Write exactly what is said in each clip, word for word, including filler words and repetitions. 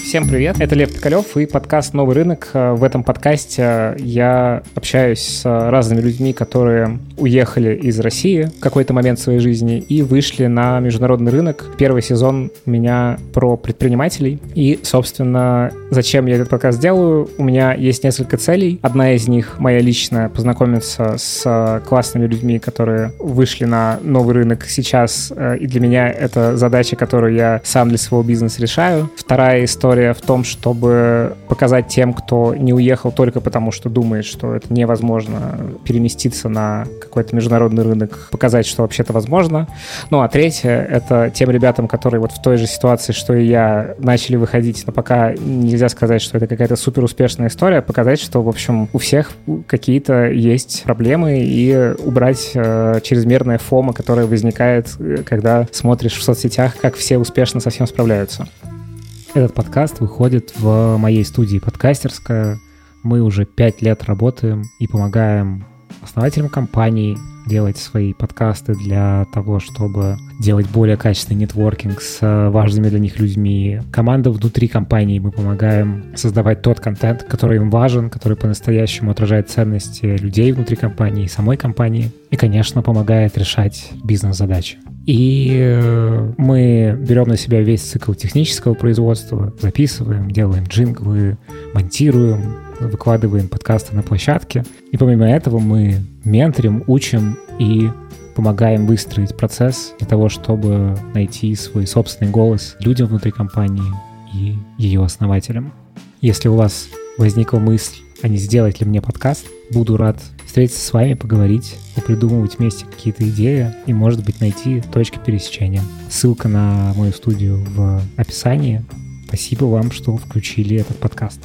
Всем привет, это Лев Токарев и подкаст «Новый рынок». В этом подкасте я общаюсь с разными людьми, которые уехали из России в какой-то момент своей жизни и вышли на международный рынок. Первый сезон у меня про предпринимателей. И, собственно, зачем я этот подкаст делаю? У меня есть несколько целей. Одна из них, моя личная, познакомиться с классными людьми, которые вышли на новый рынок сейчас. И для меня это задача, которую я сам для своего бизнеса решаю. Вторая история в том, чтобы показать тем, кто не уехал только потому, что думает, что это невозможно переместиться на какой-то международный рынок, показать, что вообще-то возможно. Ну, а третье — это тем ребятам, которые вот в той же ситуации, что и я, начали выходить, но пока нельзя сказать, что это какая-то супер успешная история, показать, что, в общем, у всех какие-то есть проблемы и убрать э, чрезмерное фомо, которое возникает, когда смотришь в соцсетях, как все успешно со всем справляются. Этот подкаст выходит в моей студии «Подкастерская». Мы уже пять лет работаем и помогаем основателям компаний делать свои подкасты для того, чтобы делать более качественный нетворкинг с важными для них людьми. Команда внутри компании, мы помогаем создавать тот контент, который им важен, который по-настоящему отражает ценности людей внутри компании, самой компании и, конечно, помогает решать бизнес-задачи. И мы берем на себя весь цикл технического производства, записываем, делаем джинглы, монтируем, выкладываем подкасты на площадке. И помимо этого мы менторим, учим и помогаем выстроить процесс для того, чтобы найти свой собственный голос людям внутри компании и ее основателям. Если у вас возникла мысль, а не сделать ли мне подкаст, буду рад встретиться с вами, поговорить и придумывать вместе какие-то идеи и, может быть, найти точки пересечения. Ссылка на мою студию в описании. Спасибо вам, что включили этот подкаст.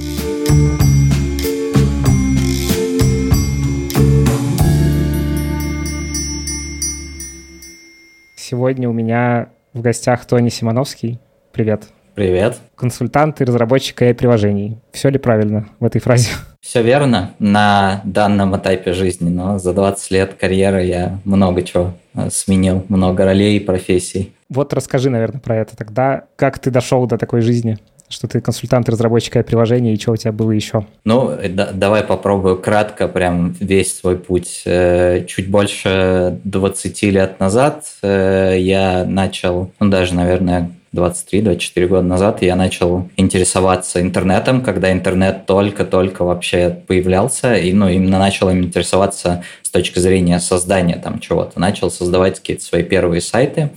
Сегодня у меня в гостях Тони Симоновский. Привет. Привет. Консультант и разработчик эй ай-приложений. Все ли правильно в этой фразе? Все верно на данном этапе жизни, но за двадцать лет карьеры я много чего сменил, много ролей и профессий. Вот расскажи, наверное, про это тогда. Как ты дошел до такой жизни, что ты консультант и разработчик эй ай-приложений, и что у тебя было еще? Ну, да, давай попробую кратко прям весь свой путь. Чуть больше двадцати лет назад я начал, ну даже, наверное, двадцать три - двадцать четыре года назад я начал интересоваться интернетом, когда интернет только-только вообще появлялся, и ну, именно начал им интересоваться с точки зрения создания там чего-то. Начал создавать какие-то свои первые сайты.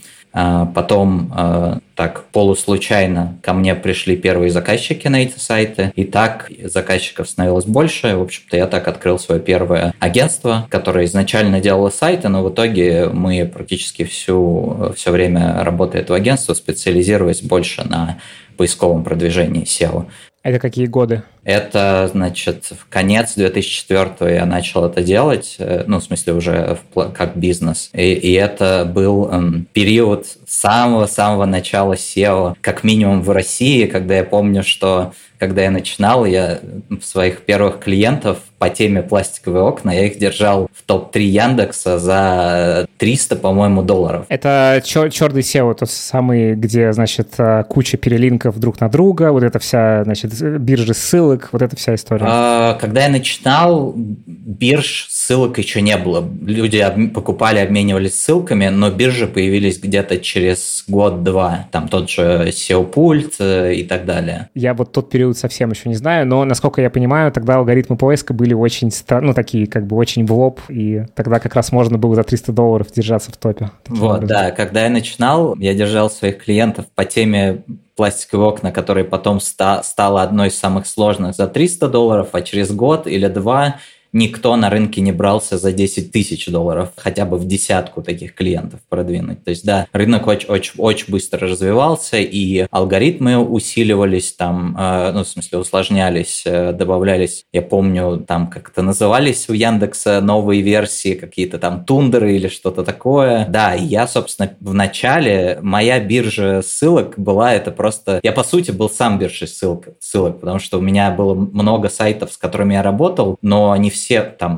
Потом так полуслучайно ко мне пришли первые заказчики на эти сайты, и так заказчиков становилось больше. В общем-то, я так открыл свое первое агентство, которое изначально делало сайты, но в итоге мы практически всю, все время работая этого агентства специализировались больше на поисковом продвижении сео. Это какие годы? Это, значит, в конец две тысячи четвёртого я начал это делать, ну, в смысле, уже в, как бизнес. И, и это был эм, период самого-самого начала сео, как минимум в России, когда я помню, что когда я начинал, я своих первых клиентов по теме пластиковые окна, я их держал в топ три Яндекса за триста, по-моему, долларов. Это чер- черный сео, тот самый, где, значит, куча перелинков друг на друга, вот это вся, значит, биржи ссылок, вот эта вся история. А, когда я начинал, бирж ссылок еще не было. Люди об... покупали, обменивались ссылками, но биржи появились где-то через год-два. Там тот же сео-пульт и так далее. Я вот тот период совсем еще не знаю, но, насколько я понимаю, тогда алгоритмы поиска были очень, ну, такие, как бы, очень в лоб, и тогда как раз можно было за триста долларов держаться в топе. Вот, образом. Да, когда я начинал, я держал своих клиентов по теме пластиковые окна, которые потом ста- стала одной из самых сложных за триста долларов, а через год или два никто на рынке не брался за десять тысяч долларов, хотя бы в десятку таких клиентов продвинуть. То есть, да, рынок очень-очень быстро развивался, и алгоритмы усиливались там, э, ну, в смысле, усложнялись, э, добавлялись, я помню, там как-то назывались у Яндекса новые версии, какие-то там тундеры или что-то такое. Да, и я, собственно, в начале, моя биржа ссылок была это просто... Я, по сути, был сам биржей ссылок, ссылок, потому что у меня было много сайтов, с которыми я работал, но не все все там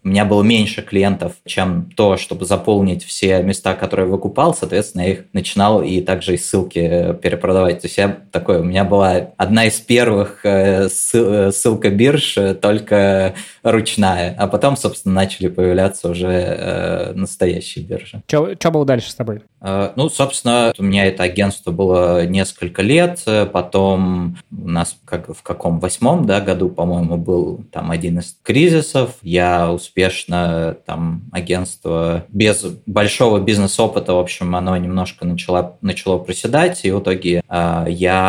у меня было меньше клиентов, чем то, чтобы заполнить все места, которые я выкупал, соответственно, я их начинал и также и ссылки перепродавать. То есть я такой, у меня была одна из первых ссылка бирж, только ручная, а потом, собственно, начали появляться уже настоящие биржи. Что было дальше с тобой? Ну, собственно, у меня это агентство было несколько лет, потом у нас как, в каком восьмом да, году, по-моему, был там один из кризисов. Я успешно там агентство без большого бизнес-опыта, в общем, оно немножко начало, начало проседать, и в итоге э,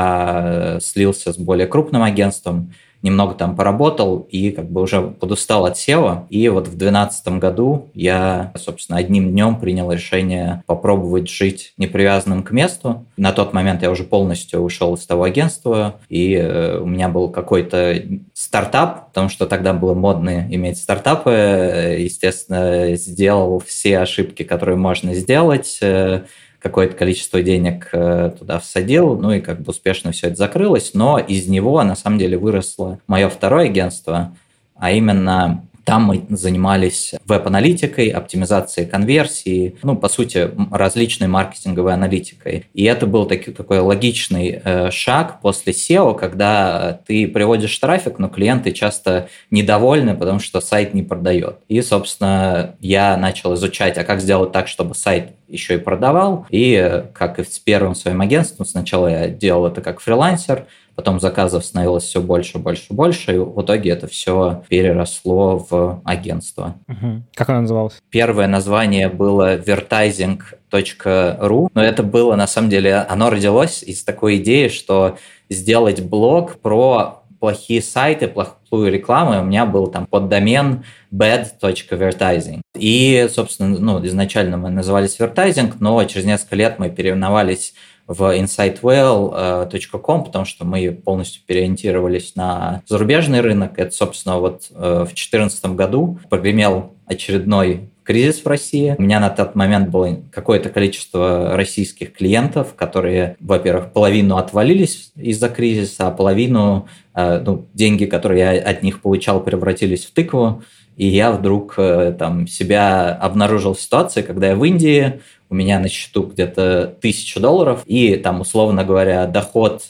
я слился с более крупным агентством, немного там поработал и как бы уже подустал от сео. И вот в две тысячи двенадцатом году я, собственно, одним днем принял решение попробовать жить непривязанным к месту. На тот момент я уже полностью ушел из того агентства, и у меня был какой-то стартап, потому что тогда было модно иметь стартапы. Естественно, сделал все ошибки, которые можно сделать, какое-то количество денег туда всадил, ну и как бы успешно все это закрылось, но из него на самом деле выросло мое второе агентство, а именно там мы занимались веб-аналитикой, оптимизацией конверсии, ну, по сути, различной маркетинговой аналитикой. И это был таки, такой логичный э, шаг после сео, когда ты приводишь трафик, но клиенты часто недовольны, потому что сайт не продает. И, собственно, я начал изучать, а как сделать так, чтобы сайт еще и продавал. И, как и с первым своим агентством, сначала я делал это как фрилансер, потом заказов становилось все больше, больше, больше, и в итоге это все переросло в агентство. Угу. Как оно называлось? Первое название было vertising точка ру, но это было, на самом деле, оно родилось из такой идеи, что сделать блог про плохие сайты, плохую рекламу, у меня был там поддомен bad точка vertising. И, собственно, ну, изначально мы назывались vertising, но через несколько лет мы переименовались в инсайтвелл точка ком, потому что мы полностью переориентировались на зарубежный рынок. Это, собственно, вот в две тысячи четырнадцатом году прогремел очередной кризис в России. У меня на тот момент было какое-то количество российских клиентов, которые, во-первых, половину отвалились из-за кризиса, а половину, ну, деньги, которые я от них получал, превратились в тыкву. И я вдруг там себя обнаружил в ситуации, когда я в Индии, у меня на счету где-то тысяча долларов, и там, условно говоря, доход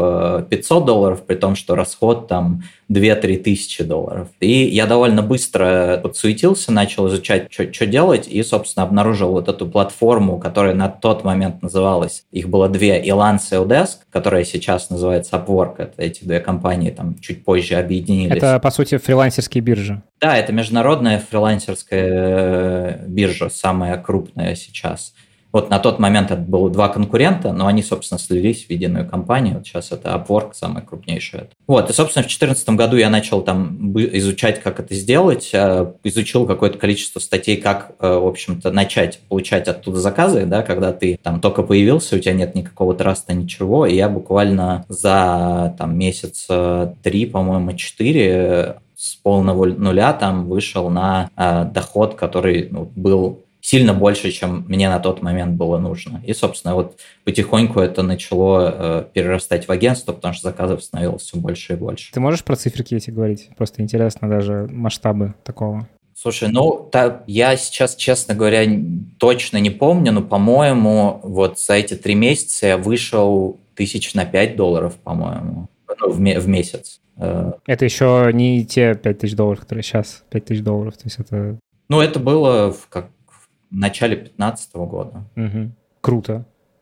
в пятьсот долларов, при том, что расход там две-три тысячи долларов. И я довольно быстро подсуетился, начал изучать, что делать, и, собственно, обнаружил вот эту платформу, которая на тот момент называлась, их было две, Elance и Odesk, которая сейчас называется Upwork. Это эти две компании там чуть позже объединились. Это, по сути, фрилансерские биржи. Да, это международная фрилансерская биржа, самая крупная сейчас. Вот на тот момент это было два конкурента, но они, собственно, слились в единую компанию. Вот сейчас это Upwork, самая крупнейшая. Вот, и, собственно, в две тысячи четырнадцатом году я начал там изучать, как это сделать, изучил какое-то количество статей, как, в общем-то, начать получать оттуда заказы, да, когда ты там только появился, у тебя нет никакого траста, ничего, и я буквально за там месяца три, по-моему, четыре с полного нуля там вышел на э, доход, который ну, был сильно больше, чем мне на тот момент было нужно. И, собственно, вот потихоньку это начало э, перерастать в агентство, потому что заказов становилось все больше и больше. Ты можешь про циферки эти говорить? Просто интересно даже масштабы такого. Слушай, ну, та, я сейчас, честно говоря, точно не помню, но, по-моему, вот за эти три месяца я вышел тысяч на пять долларов, по-моему, ну, в, в месяц. Это еще не те пять тысяч долларов, которые сейчас пять тысяч долларов. То есть это... Ну, это было в, как, в начале пятнадцатого года. Угу. Круто.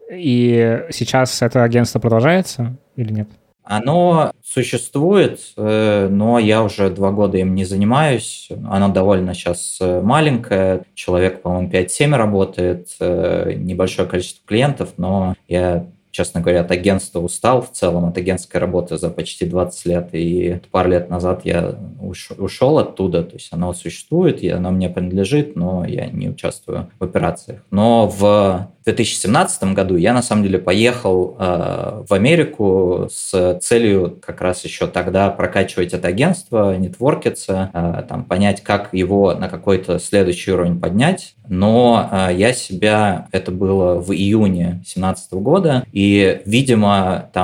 И сейчас это агентство продолжается или нет? Оно существует, но я уже два года им не занимаюсь. Оно довольно сейчас маленькое. Человек, по-моему, пять-семь работает. Небольшое количество клиентов, но я... честно говоря, от агентства устал в целом, от агентской работы за почти двадцать лет, и пару лет назад я ушел оттуда, то есть оно существует, и оно мне принадлежит, но я не участвую в операциях. Но в две тысячи семнадцатом году я, на самом деле, поехал э, в Америку с целью как раз еще тогда прокачивать это агентство, нетворкиться, э, там, понять, как его на какой-то следующий уровень поднять. Но э, я себя, это было в июне две тысячи семнадцатого года, и, видимо, там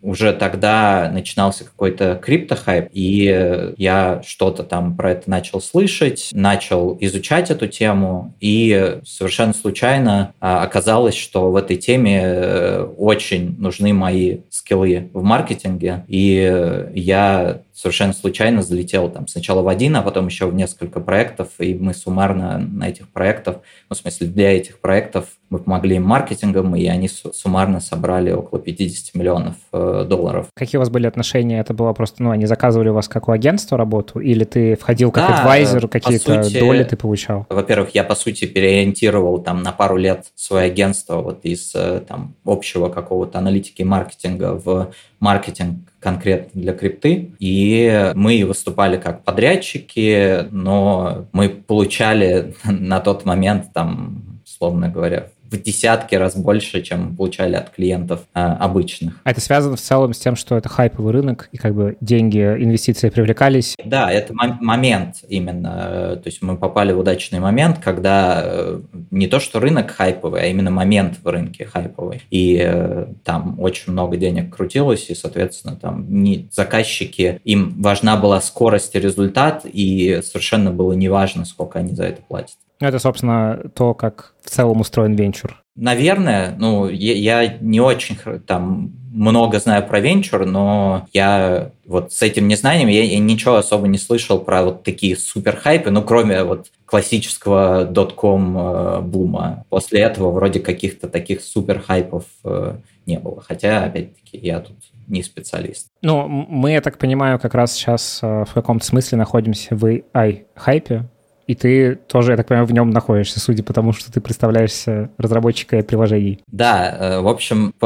уже тогда начинался какой-то криптохайп, и я что-то там про это начал слышать, начал изучать эту тему, и совершенно случайно оказалось, что в этой теме очень нужны мои скиллы в маркетинге, и я совершенно случайно залетел там сначала в один, а потом еще в несколько проектов, и мы суммарно на этих проектах, ну, в смысле, для этих проектов мы помогли им маркетингом, и они суммарно собрали около пятьдесят миллионов долларов. Какие у вас были отношения? Это было просто, ну, они заказывали у вас как у агентства работу, или ты входил как да, адвайзер, какие-то сути, доли ты получал? Во-первых, я, по сути, переориентировал там на пару лет свое агентство вот из там общего какого-то аналитики и маркетинга в маркетинг конкретно для крипты, и мы выступали как подрядчики, но мы получали на тот момент, там, условно говоря, в десятки раз больше, чем получали от клиентов а, обычных. А это связано в целом с тем, что это хайповый рынок, и как бы деньги, инвестиции привлекались? Да, это м- момент именно. То есть мы попали в удачный момент, когда не то, что рынок хайповый, а именно момент в рынке хайповый. И э, там очень много денег крутилось, и, соответственно, там не, заказчики, им важна была скорость и результат, и совершенно было неважно, сколько они за это платят. Это, собственно, то, как в целом устроен венчур. Наверное, ну, я, я не очень там много знаю про венчур, но я вот с этим незнанием я, я ничего особо не слышал про вот такие суперхайпы, ну, кроме вот классического дотком-бума. После этого вроде каких-то таких суперхайпов не было. Хотя, опять-таки, я тут не специалист. Ну, мы, я так понимаю, как раз сейчас в каком-то смысле находимся в эй ай-хайпе, и ты тоже, я так понимаю, в нем находишься, судя по тому, что ты представляешься разработчиком приложений. Да, в общем,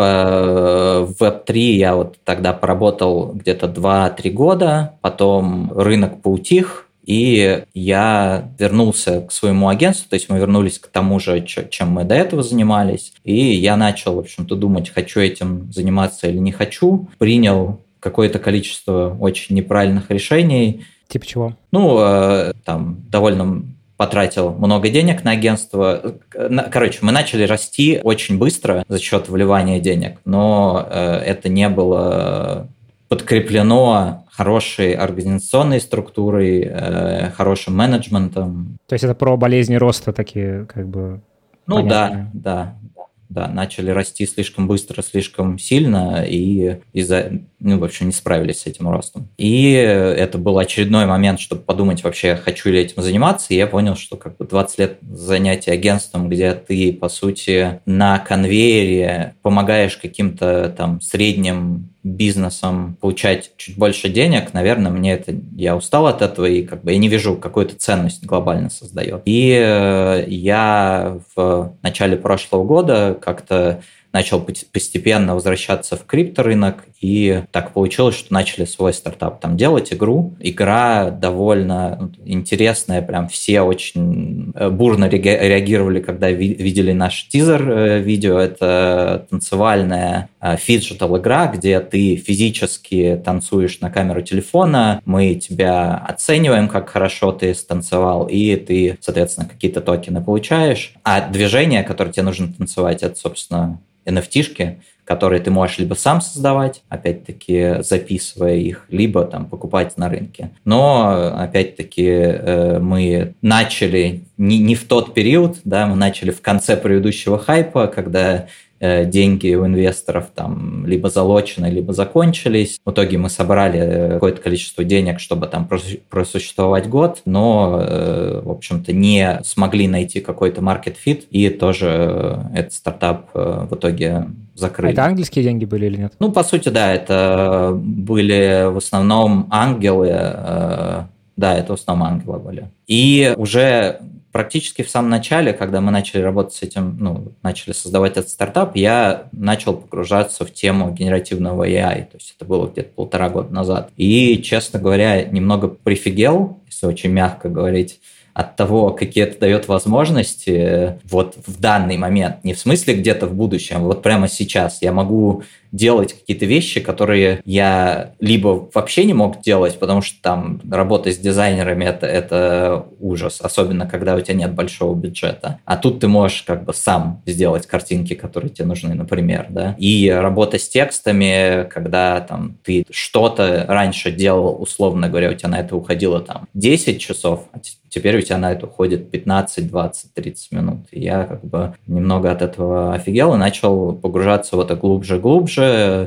в веб три я вот тогда поработал где-то два-три года, потом рынок поутих, и я вернулся к своему агентству, то есть мы вернулись к тому же, чем мы до этого занимались, и я начал, в общем-то, думать, хочу этим заниматься или не хочу, принял какое-то количество очень неправильных решений. Типа чего? Ну, там, довольно потратил много денег на агентство. Короче, мы начали расти очень быстро за счет вливания денег, но это не было подкреплено хорошей организационной структурой, хорошим менеджментом. То есть это про болезни роста такие, как бы, Ну понятные. да, да. Да, начали расти слишком быстро, слишком сильно, и из-за, ну, в общем, не справились с этим ростом. И это был очередной момент, чтобы подумать вообще, хочу ли этим заниматься, и я понял, что как бы двадцать лет занятия агентством, где ты, по сути, на конвейере помогаешь каким-то там средним бизнесом получать чуть больше денег, наверное, мне это, я устал от этого, и как бы я не вижу, какую-то ценность глобально создает. И я в начале прошлого года как-то начал постепенно возвращаться в крипторынок, и так получилось, что начали свой стартап там делать, игру. Игра довольно интересная, прям все очень бурно реагировали, когда видели наш тизер видео. Это танцевальная фиджитал игра, где ты физически танцуешь на камеру телефона, мы тебя оцениваем, как хорошо ты станцевал, и ты, соответственно, какие-то токены получаешь. А движение, которое тебе нужно танцевать, это, собственно, эн эф ти-шки, которые ты можешь либо сам создавать, опять-таки записывая их, либо там покупать на рынке. Но, опять-таки, мы начали не, не в тот период, да, мы начали в конце предыдущего хайпа, когда деньги у инвесторов там либо залочены, либо закончились. В итоге мы собрали какое-то количество денег, чтобы там просуществовать год, но, в общем-то, не смогли найти какой-то market fit, и тоже этот стартап в итоге закрыли. А это ангельские деньги были или нет? Ну, по сути, да, это были в основном ангелы. Да, это в основном ангелы были. И уже практически в самом начале, когда мы начали работать с этим, ну, начали создавать этот стартап, я начал погружаться в тему генеративного эй ай. То есть это было где-то полтора года назад. И, честно говоря, немного прифигел, хочется очень мягко говорить, от того, какие это дает возможности вот в данный момент. Не в смысле где-то в будущем, вот прямо сейчас я могу делать какие-то вещи, которые я либо вообще не мог делать, потому что там работа с дизайнерами это, – это ужас, особенно когда у тебя нет большого бюджета. А тут ты можешь как бы сам сделать картинки, которые тебе нужны, например. Да? И работа с текстами, когда там, ты что-то раньше делал, условно говоря, у тебя на это уходило там десять часов, а теперь у тебя на это уходит пятнадцать, двадцать, тридцать минут. И я как бы немного от этого офигел и начал погружаться в это глубже-глубже,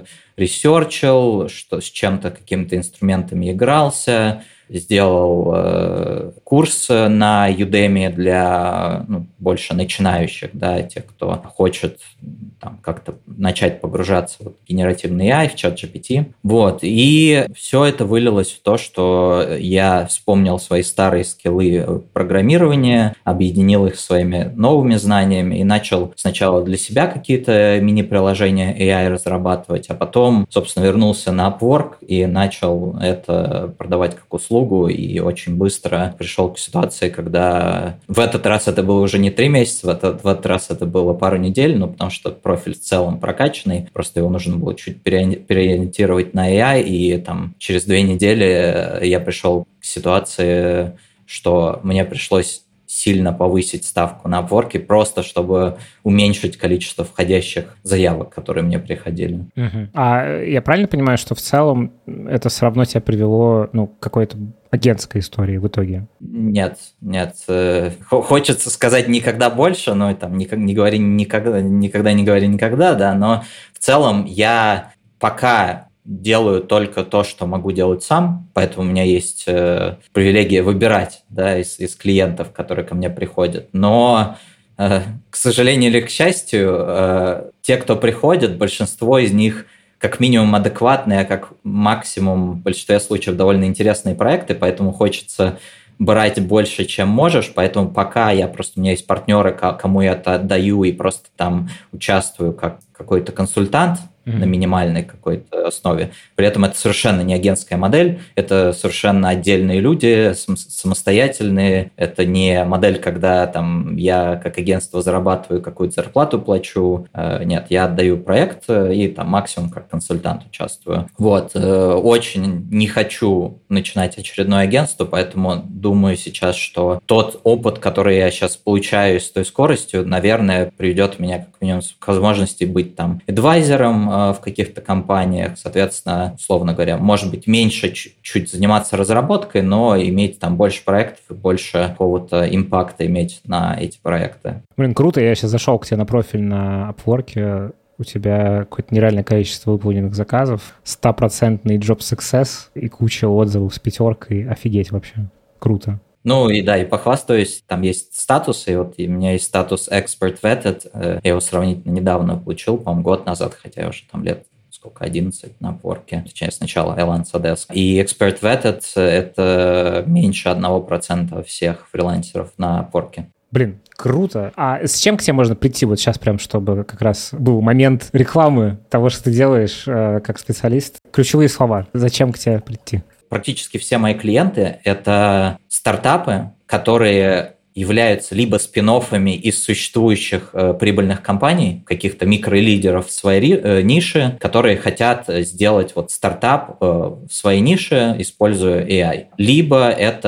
ресерчил, что с чем-то, какими-то инструментами игрался, сделал э, курс на Udemy для ну, больше начинающих, да, тех, кто хочет там, как-то начать погружаться в генеративный эй ай, в чат джи пи ти. Вот. И все это вылилось в то, что я вспомнил свои старые скиллы программирования, объединил их своими новыми знаниями и начал сначала для себя какие-то мини-приложения эй ай разрабатывать, а потом, собственно, вернулся на Upwork и начал это продавать как услугу, и очень быстро пришел к ситуации, когда в этот раз это было уже не три месяца, в этот, в этот раз это было пару недель, ну, потому что профиль в целом прокачанный, просто его нужно было чуть переориентировать на эй ай, и там через две недели я пришел к ситуации, что мне пришлось сильно повысить ставку на Upwork, просто чтобы уменьшить количество входящих заявок, которые мне приходили. Uh-huh. А я правильно понимаю, что в целом это все равно тебя привело ну, к какой-то агентской истории в итоге? Нет, нет. Хочется сказать никогда больше, но там не, не говори никогда, никогда не говори никогда, да, но в целом я пока делаю только то, что могу делать сам, поэтому у меня есть э, привилегия выбирать да, из, из клиентов, которые ко мне приходят. Но, э, к сожалению или к счастью, э, те, кто приходят, большинство из них как минимум адекватные, а как максимум в большинстве случаев довольно интересные проекты, поэтому хочется брать больше, чем можешь, поэтому пока я просто, у меня есть партнеры, кому я это отдаю и просто там участвую как какой-то консультант, mm-hmm. на минимальной какой-то основе. При этом это совершенно не агентская модель, это совершенно отдельные люди, самостоятельные. Это не модель, когда там я как агентство зарабатываю, какую-то зарплату плачу. Нет, я отдаю проект и там максимум как консультант участвую. Вот. Очень не хочу начинать очередное агентство, поэтому думаю сейчас, что тот опыт, который я сейчас получаю с той скоростью, наверное, приведет меня как минимум к возможности быть там адвайзером в каких-то компаниях, соответственно, условно говоря, может быть, меньше чуть-чуть заниматься разработкой, но иметь там больше проектов и больше какого-то импакта иметь на эти проекты. Блин, круто, я сейчас зашел к тебе на профиль на Upwork, у тебя какое-то нереальное количество выполненных заказов, стопроцентный job success и куча отзывов с пятеркой, офигеть вообще, круто. Ну и да, и похвастаюсь, там есть статусы, вот и у меня есть статус Expert Vetted, я его сравнительно недавно получил, по-моему, год назад, хотя я уже там лет сколько, одиннадцать на Upwork, точнее сначала Elance Desk. И Expert Vetted — это меньше одного процента всех фрилансеров на Upwork. Блин, круто. А с чем к тебе можно прийти вот сейчас прям, чтобы как раз был момент рекламы того, что ты делаешь э, как специалист? Ключевые слова. Зачем к тебе прийти? Практически все мои клиенты – это стартапы, которые являются либо спин-оффами из существующих э, прибыльных компаний, каких-то микролидеров в своей э, нише, которые хотят сделать вот стартап э, в своей нише, используя эй ай. Либо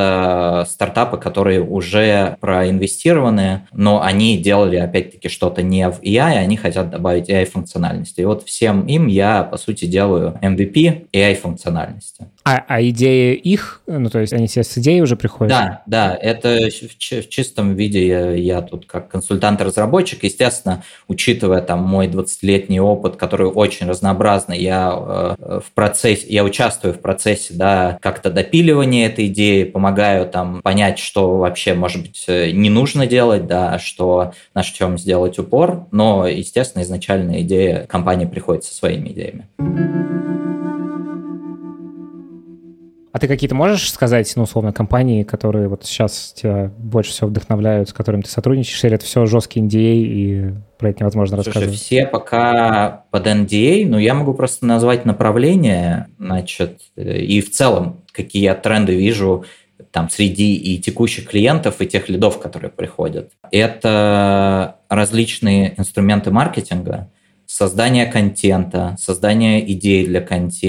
это стартапы, которые уже проинвестированы, но они делали, опять-таки, что-то не в эй ай, они хотят добавить эй ай-функциональности. И вот всем им я, по сути, делаю эм ви пи эй ай-функциональности. А, а идея их, ну, то есть они тебе с идеей уже приходят? Да, да, это в, в чистом виде я, я тут как консультант-разработчик, естественно, учитывая там мой двадцатилетний опыт, который очень разнообразный, я э, в процессе, я участвую в процессе, да, как-то допиливания этой идеи, помогаю там понять, что вообще, может быть, не нужно делать, да, что на чем сделать упор, но, естественно, изначальная идея компании приходит со своими идеями. А ты какие-то можешь сказать, ну, условно, компании, которые вот сейчас тебя больше всего вдохновляют, с которыми ты сотрудничаешь, или это все жесткий эн ди эй, и про это невозможно Слушай, рассказывать? все пока под эн ди эй, но я могу просто назвать направления, значит, и в целом, какие я тренды вижу там среди и текущих клиентов, и тех лидов, которые приходят. Это различные инструменты маркетинга, создание контента, создание идей для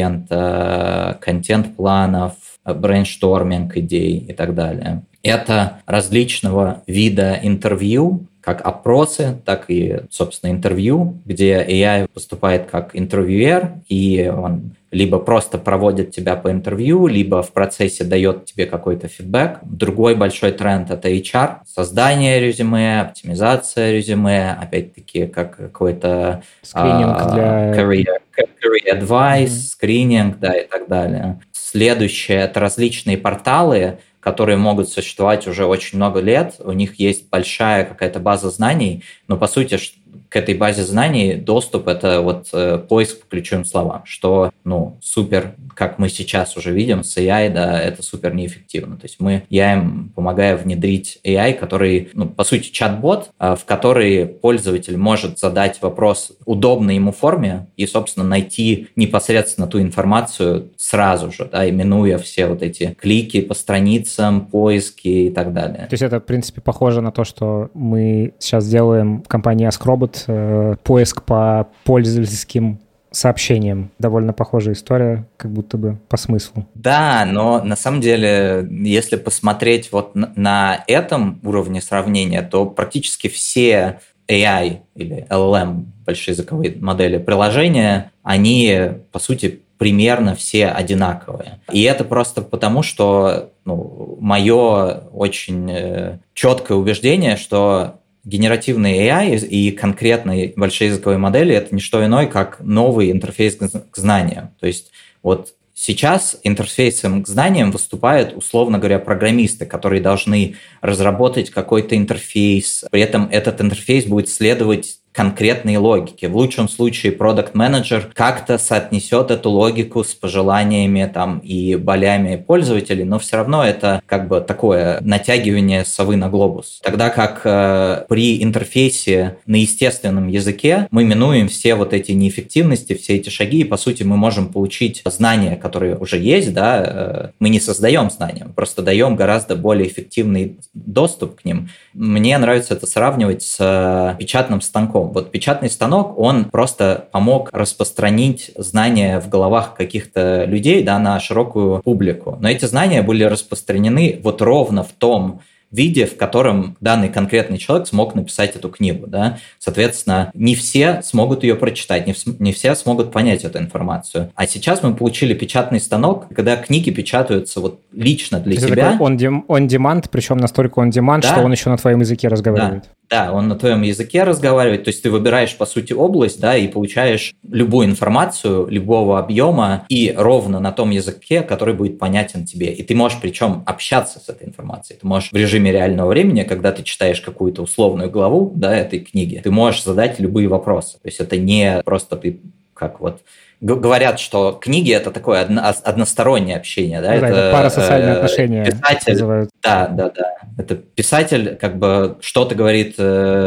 контента, контент-планов, брейншторминг идей и так далее. Это различного вида интервью, как опросы, так и, собственно, интервью, где эй ай выступает как интервьюер, и он либо просто проводит тебя по интервью, либо в процессе дает тебе какой-то фидбэк. Другой большой тренд – это эйч ар, создание резюме, оптимизация резюме, опять-таки, как какой-то скрининг uh, для... career, career advice, mm-hmm. скрининг, да, и так далее. Следующее – это различные порталы, которые могут существовать уже очень много лет, у них есть большая какая-то база знаний, но, по сути, к этой базе знаний доступ – это вот э, поиск по ключевым словам, что, ну, супер, как мы сейчас уже видим с эй ай, да, это супер неэффективно. То есть мы, я им помогаю внедрить эй ай, который, ну, по сути, чат-бот, э, в который пользователь может задать вопрос в удобной ему форме и, собственно, найти непосредственно ту информацию сразу же, да, именуя все вот эти клики по страницам, поиски и так далее. То есть это, в принципе, похоже на то, что мы сейчас делаем в компании AskRobot, поиск по пользовательским сообщениям. Довольно похожая история, как будто бы по смыслу. Да, но на самом деле, если посмотреть вот на этом уровне сравнения, то практически все эй ай или эл эл эм, большие языковые модели приложения, они, по сути, примерно все одинаковые. И это просто потому, что ну, мое очень э, четкое убеждение, что генеративные эй ай и конкретные большие языковые модели – это не что иное, как новый интерфейс к знаниям. То есть вот сейчас интерфейсом к знаниям выступают, условно говоря, программисты, которые должны разработать какой-то интерфейс. При этом этот интерфейс будет следовать конкретной логике. В лучшем случае продакт-менеджер как-то соотнесет эту логику с пожеланиями там, и болями пользователей, но все равно это как бы такое натягивание совы на глобус. Тогда как э, при интерфейсе на естественном языке мы минуем все вот эти неэффективности, все эти шаги, и по сути мы можем получить знания, которые уже есть, да, э, мы не создаем знания, мы просто даем гораздо более эффективный доступ к ним. Мне нравится это сравнивать с э, печатным станком. Вот печатный станок, он просто помог распространить знания в головах каких-то людей, да, на широкую публику. Но эти знания были распространены вот ровно в том виде, в котором данный конкретный человек смог написать эту книгу. Да? Соответственно, не все смогут ее прочитать, не, в, не все смогут понять эту информацию. А сейчас мы получили печатный станок, когда книги печатаются вот лично для это тебя. Такой on-demand, причем настолько on-demand, да? Что он еще на твоем языке разговаривает. Да. Да, он на твоем языке разговаривает, то есть ты выбираешь, по сути, область, да, и получаешь любую информацию, любого объема, и ровно на том языке, который будет понятен тебе. И ты можешь, причем, общаться с этой информацией. Ты можешь в режиме реального времени, когда ты читаешь какую-то условную главу, да, этой книги, ты можешь задать любые вопросы. То есть это не просто ты как вот... Говорят, что книги – это такое одно, одностороннее общение. Да, ну, это, это парасоциальные э, отношения. Писатель, называют. Да, да, да. Это писатель как бы что-то говорит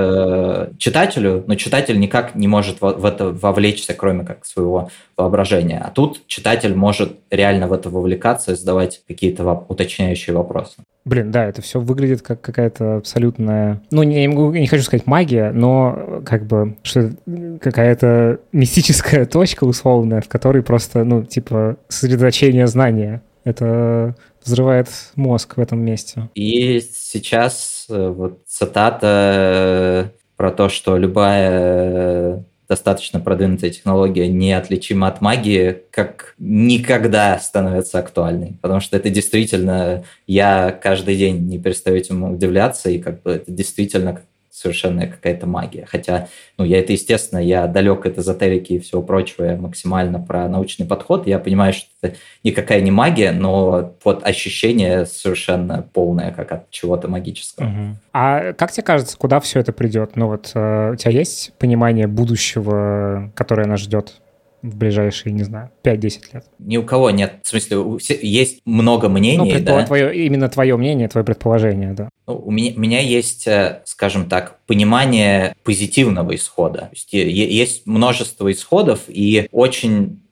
э, читателю, но читатель никак не может в, в это вовлечься, кроме как своего воображения. А тут читатель может реально в это вовлекаться и задавать какие-то воп- уточняющие вопросы. Блин, да, это все выглядит как какая-то абсолютная... Ну, не, не хочу сказать магия, но как бы что какая-то мистическая точка условная, в которой просто, ну, типа, сосредоточение знания. Это взрывает мозг в этом месте. И сейчас вот цитата про то, что любая достаточно продвинутая технология неотличима от магии, как никогда становится актуальной. Потому что это действительно, я каждый день не перестаю этому удивляться, и как бы это действительно совершенно какая-то магия. Хотя, ну, я это, естественно, я далек от эзотерики и всего прочего, я максимально про научный подход. Я понимаю, что это никакая не магия, но вот ощущение совершенно полное, как от чего-то магического. Угу. А как тебе кажется, куда все это придет? Ну вот э, у тебя есть понимание будущего, которое нас ждет в ближайшие, не знаю, пять-десять лет? Ни у кого нет. В смысле, у всех, есть много мнений, ну, предпол... да? Твое, именно твое мнение, твое предположение, да. У меня, у меня есть, скажем так, понимание позитивного исхода. То есть, есть множество исходов, и очень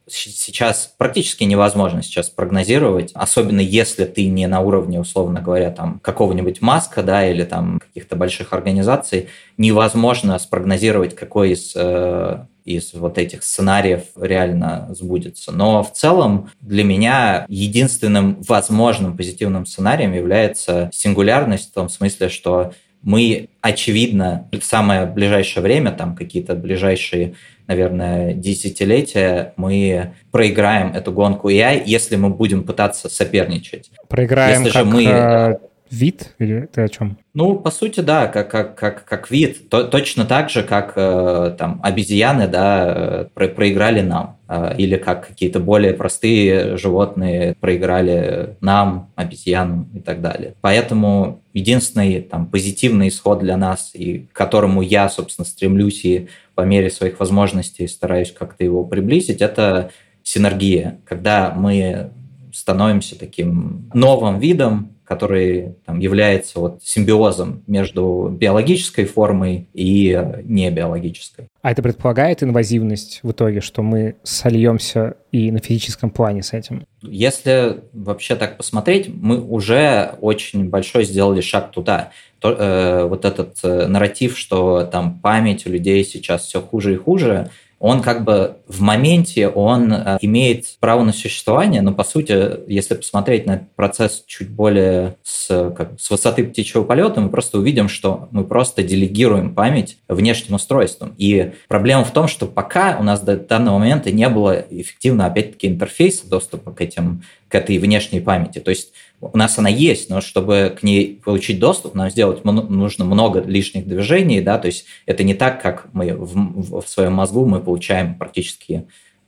сейчас практически невозможно сейчас прогнозировать, особенно если ты не на уровне, условно говоря, там какого-нибудь Маска, да, или там каких-то больших организаций, невозможно спрогнозировать, какой из, э, из вот этих сценариев реально сбудется. Но в целом для меня единственным возможным позитивным сценарием является сингулярность в том смысле, что мы, очевидно, в самое ближайшее время, там какие-то ближайшие, наверное, десятилетия, мы проиграем эту гонку эй ай, если мы будем пытаться соперничать. Проиграем если как же мы... вид? Или ты о чем? Ну, по сути, да, как, как, как, как вид. То, точно так же, как э, там, обезьяны, да, про, проиграли нам. Э, или как какие-то более простые животные проиграли нам, обезьянам и так далее. Поэтому единственный там, позитивный исход для нас, и к которому я, собственно, стремлюсь и по мере своих возможностей стараюсь как-то его приблизить, это синергия. Когда мы становимся таким новым видом, который там, является вот, симбиозом между биологической формой и небиологической. А это предполагает инвазивность в итоге, что мы сольемся и на физическом плане с этим? Если вообще так посмотреть, мы уже очень большой сделали шаг туда. То, э, вот этот э, нарратив, что там память у людей сейчас все хуже и хуже, он как бы в моменте, он э, имеет право на существование, но по сути, если посмотреть на этот процесс чуть более с, как, с высоты птичьего полета, мы просто увидим, что мы просто делегируем память внешним устройствам. И проблема в том, что пока у нас до данного момента не было эффективно, опять-таки, интерфейса доступа к, этим, к этой внешней памяти. То есть у нас она есть, но чтобы к ней получить доступ, нам сделать нужно много лишних движений, да, то есть это не так, как мы в, в своем мозгу мы получаем практически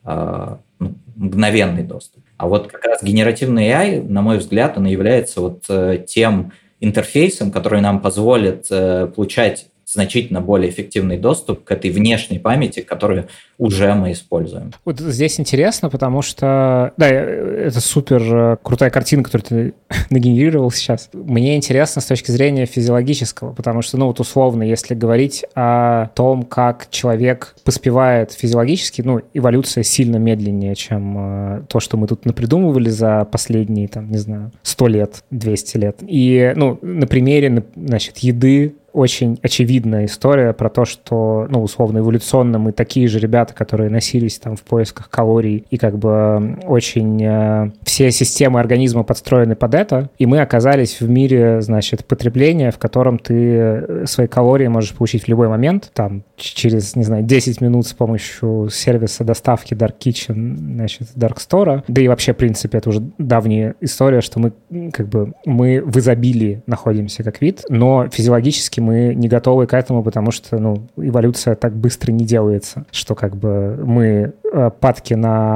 э, мгновенный доступ. А вот как раз генеративный эй ай, на мой взгляд, он является вот э, тем интерфейсом, который нам позволит э, получать значительно более эффективный доступ к этой внешней памяти, которую уже мы используем. Вот здесь интересно, потому что, да, это супер крутая картина, которую ты нагенерировал сейчас. Мне интересно с точки зрения физиологического, потому что, ну вот условно, если говорить о том, как человек поспевает физиологически, ну, эволюция сильно медленнее, чем то, что мы тут напридумывали за последние, там, не знаю, сто лет, двести лет. И, ну, на примере, значит, еды очень очевидная история про то, что, ну, условно, эволюционно мы такие же ребята, которые носились там в поисках калорий, и как бы очень э, все системы организма подстроены под это, и мы оказались в мире, значит, потребления, в котором ты свои калории можешь получить в любой момент, там, через, не знаю, десять минут с помощью сервиса доставки Dark Kitchen, значит, Dark Store, да и вообще, в принципе, это уже давняя история, что мы, как бы, мы в изобилии находимся как вид, но физиологически мы не готовы к этому, потому что, ну, эволюция так быстро не делается, что как бы мы э, падки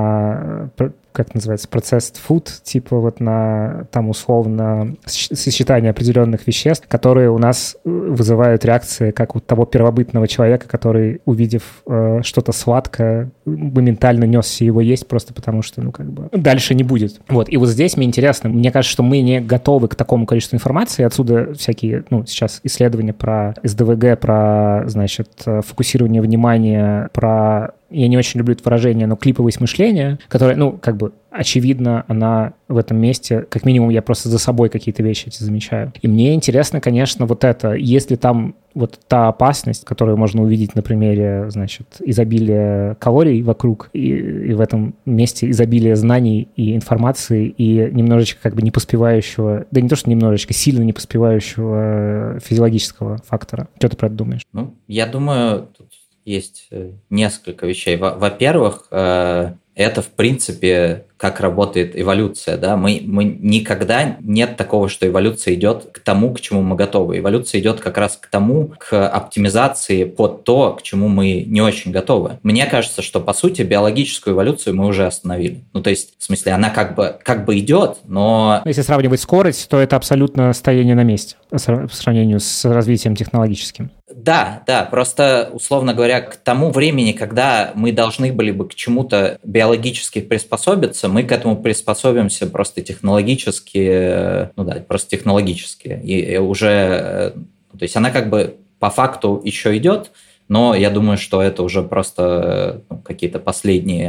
на, как называется, processed food, типа вот на там условно сочетание определенных веществ, которые у нас вызывают реакции, как у того первобытного человека, который, увидев э, что-то сладкое, моментально несся его есть, просто потому что, ну, как бы дальше не будет. Вот, и вот здесь мне интересно, мне кажется, что мы не готовы к такому количеству информации, отсюда всякие, ну, сейчас исследования про эс дэ вэ гэ, про, значит, фокусирование внимания, про, я не очень люблю это выражение, но клиповость мышления, которое, ну, как бы, очевидно, она в этом месте, как минимум, я просто за собой какие-то вещи эти замечаю. И мне интересно, конечно, вот это, если там вот та опасность, которую можно увидеть на примере, значит, изобилия калорий вокруг, и, и в этом месте изобилие знаний и информации, и немножечко как бы не поспевающего, да не то, что немножечко, сильно не поспевающего физиологического фактора. Что ты про это думаешь? Ну, я думаю, тут есть несколько вещей. Во-первых, это, в принципе, как работает эволюция, да, мы, мы никогда нет такого, что эволюция идет к тому, к чему мы готовы. Эволюция идет как раз к тому, к оптимизации под то, к чему мы не очень готовы. Мне кажется, что, по сути, биологическую эволюцию мы уже остановили. Ну, то есть, в смысле, она как бы, как бы идет, но... Если сравнивать скорость, то это абсолютно стояние на месте по сравнению с развитием технологическим. Да, да, просто, условно говоря, к тому времени, когда мы должны были бы к чему-то биологически приспособиться, мы к этому приспособимся просто технологически, ну да, просто технологически. И уже, то есть она как бы по факту еще идет, но я думаю, что это уже просто ну, какие-то последние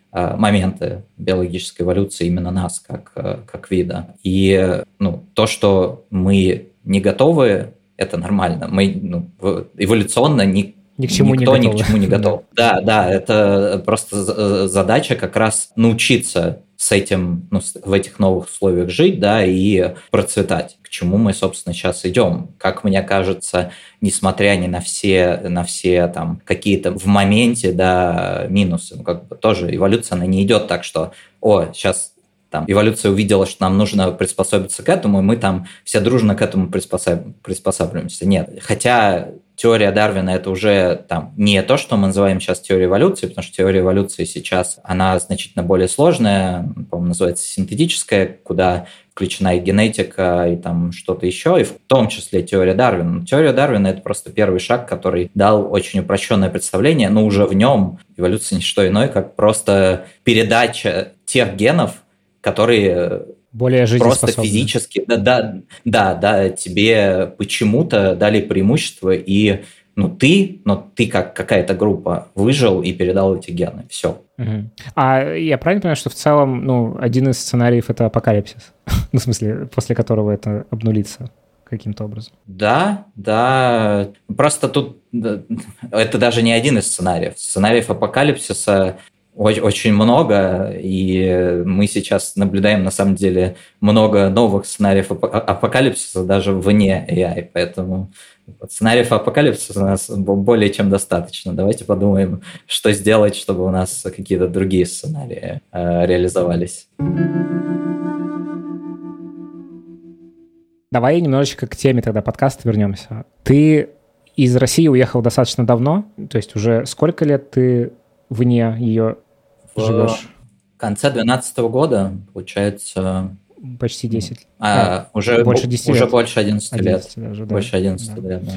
моменты биологической эволюции именно нас, как, как вида. И ну, то, что мы не готовы, это нормально. Мы ну, эволюционно не Ни к чему никто не ни к чему не готов. Да, да, это просто задача как раз научиться с этим, ну, в этих новых условиях жить, да, и процветать, к чему мы, собственно, сейчас идем. Как мне кажется, несмотря ни на все, на все там какие-то в моменте, да, минусы, ну, как бы тоже эволюция, она не идет так, что, о, сейчас там эволюция увидела, что нам нужно приспособиться к этому, и мы там все дружно к этому приспособ... приспосабливаемся. Нет. Хотя теория Дарвина – это уже там не то, что мы называем сейчас теорией эволюции, потому что теория эволюции сейчас, она значительно более сложная, по-моему, называется синтетическая, куда включена и генетика, и там что-то еще, и в том числе теория Дарвина. Теория Дарвина – это просто первый шаг, который дал очень упрощенное представление, но уже в нем эволюция не что иное, как просто передача тех генов, которые более просто физически, да, да, да, да, тебе почему-то дали преимущество, и ну ты, но ты как какая-то группа выжил и передал эти гены. Все. Угу. А я правильно понимаю, что в целом, ну, один из сценариев — это апокалипсис? Ну, в смысле, после которого это обнулится каким-то образом? Да, да. Просто тут да, это даже не один из сценариев. Сценариев апокалипсиса очень много, и мы сейчас наблюдаем, на самом деле, много новых сценариев апокалипсиса даже вне эй ай, поэтому сценариев апокалипсиса у нас более чем достаточно. Давайте подумаем, что сделать, чтобы у нас какие-то другие сценарии э, реализовались. Давай немножечко к теме тогда подкаста вернемся. Ты из России уехал достаточно давно, то есть уже сколько лет ты вне ее живешь? В конце две тысячи двенадцатого года, получается... Почти десять. А, а, уже больше десяти уже лет. больше одиннадцати лет. Даже, да. Больше одиннадцати да. лет, да.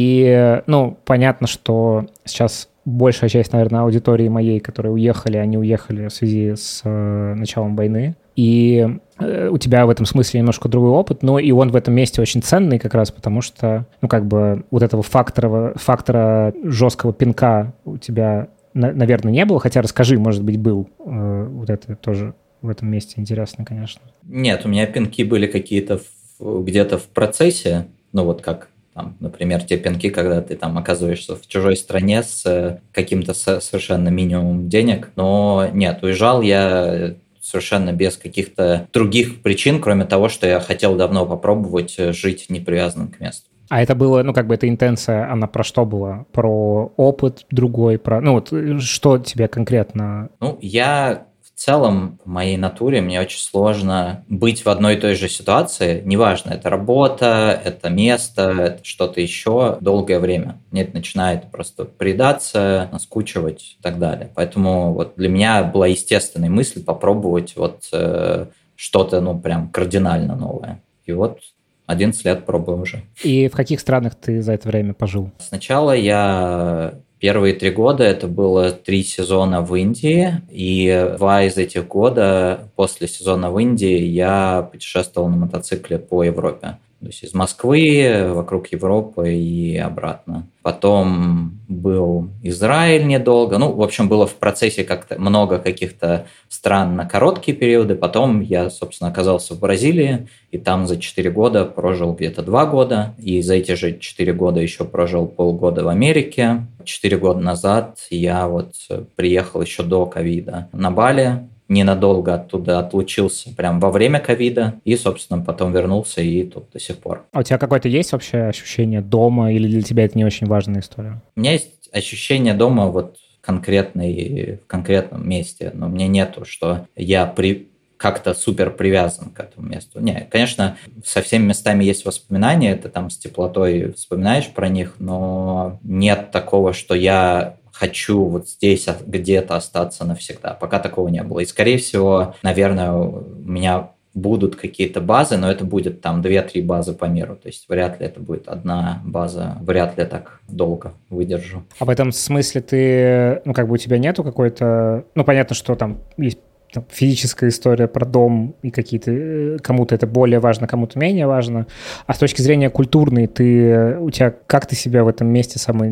И, ну, понятно, что сейчас большая часть, наверное, аудитории моей, которые уехали, они уехали в связи с э, началом войны. И э, у тебя в этом смысле немножко другой опыт, но и он в этом месте очень ценный как раз, потому что, ну, как бы вот этого фактора, фактора жесткого пинка у тебя, на, наверное, не было, хотя расскажи, может быть, был. Э, вот это тоже в этом месте интересно, конечно. Нет, у меня пинки были какие-то в, где-то в процессе, ну, вот как там, например, те пинки, когда ты там оказываешься в чужой стране с каким-то совершенно минимумом денег, но нет, уезжал я совершенно без каких-то других причин, кроме того, что я хотел давно попробовать жить непривязанным к месту. А это было, ну, как бы эта интенция, она про что была? Про опыт другой, про... Ну, вот что тебе конкретно... Ну, я... В целом, в моей натуре мне очень сложно быть в одной и той же ситуации. Неважно, это работа, это место, это что-то еще долгое время. Мне это начинает просто приедаться, наскучивать и так далее. Поэтому вот для меня была естественной мысль попробовать вот э, что-то, ну, прям кардинально новое. И вот одиннадцать лет пробую уже. И в каких странах ты за это время пожил? Сначала я... Первые три года это было три сезона в Индии, и два из этих года после сезона в Индии я путешествовал на мотоцикле по Европе. То есть из Москвы, вокруг Европы и обратно. Потом был Израиль недолго. Ну, в общем, было в процессе как-то много каких-то стран на короткие периоды. Потом я, собственно, оказался в Бразилии, и там за четыре года прожил где-то два года. И за эти же четыре года еще прожил полгода в Америке. Четыре года назад я вот приехал еще до ковида на Бали. Ненадолго оттуда отлучился прям во время ковида и, собственно, потом вернулся и тут до сих пор. А у тебя какое-то есть вообще ощущение дома или для тебя это не очень важная история? У меня есть ощущение дома вот конкретной, в конкретном месте, но у меня нету, что я при, как-то супер привязан к этому месту. Не, конечно, со всеми местами есть воспоминания, ты там с теплотой вспоминаешь про них, но нет такого, что я... хочу вот здесь где-то остаться навсегда. Пока такого не было. И, скорее всего, наверное, у меня будут какие-то базы, но это будет там две-три базы по миру. То есть вряд ли это будет одна база. Вряд ли я так долго выдержу. А в этом смысле ты, ну, как бы у тебя нету какой-то... Ну, понятно, что там есть там физическая история про дом, и какие-то... Кому-то это более важно, кому-то менее важно. А с точки зрения культурной, ты... У тебя... Как ты себя в этом месте самый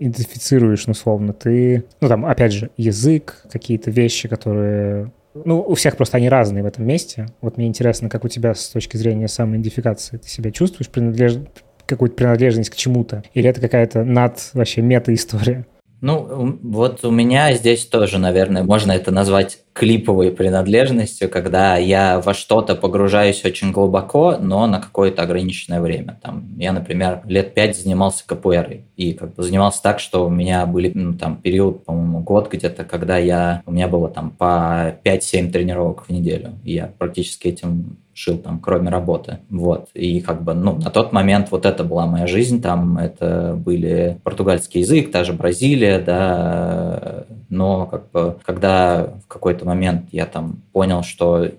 идентифицируешь, ну, условно, ты, ну, там, опять же, язык, какие-то вещи, которые... Ну, у всех просто они разные в этом месте. Вот мне интересно, как у тебя с точки зрения самоидентификации, ты себя чувствуешь принадлеж... какую-то принадлежность к чему-то? Или это какая-то над вообще мета-история? Ну, вот у меня здесь тоже, наверное, можно это назвать клиповой принадлежностью, когда я во что-то погружаюсь очень глубоко, но на какое-то ограниченное время. Там, я, например, лет пять занимался капуэрой, и как бы занимался так, что у меня были, ну, там, период, по-моему, год где-то, когда я, у меня было там по пять-семь тренировок в неделю, и я практически этим жил там, кроме работы. Вот. И как бы, ну, на тот момент вот это была моя жизнь, там это были португальский язык, та же Бразилия, да, но как бы, когда в какой-то момент я там понял, что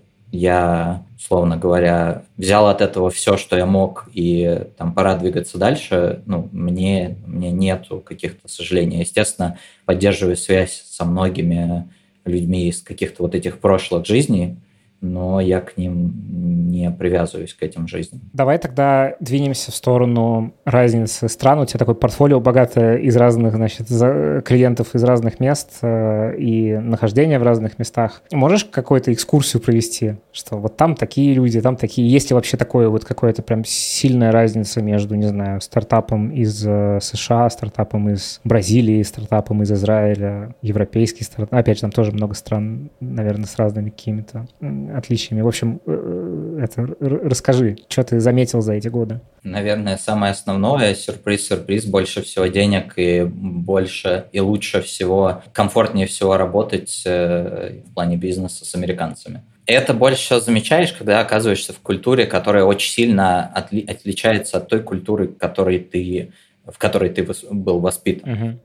я, условно говоря, взял от этого все, что я мог, и там пора двигаться дальше, ну, мне, мне нету каких-то сожалений. Естественно, поддерживаю связь со многими людьми из каких-то вот этих прошлых жизней, но я к ним не привязываюсь, к этим жизням. Давай тогда двинемся в сторону разницы стран. У тебя такое портфолио богатое из разных, значит, клиентов из разных мест э, и нахождения в разных местах. Можешь какую-то экскурсию провести, что вот там такие люди, там такие... Есть ли вообще такое вот какая-то прям сильная разница между, не знаю, стартапом из э, США, стартапом из Бразилии, стартапом из Израиля, европейский стартап? Опять же, там тоже много стран, наверное, с разными какими-то отличиями. В общем, это, расскажи, что ты заметил за эти годы? Наверное, самое основное, сюрприз-сюрприз, больше всего денег и больше и лучше всего, комфортнее всего работать в плане бизнеса с американцами. Это больше всего замечаешь, когда оказываешься в культуре, которая очень сильно отли- отличается от той культуры, которой ты, в которой ты был воспитан. Uh-huh.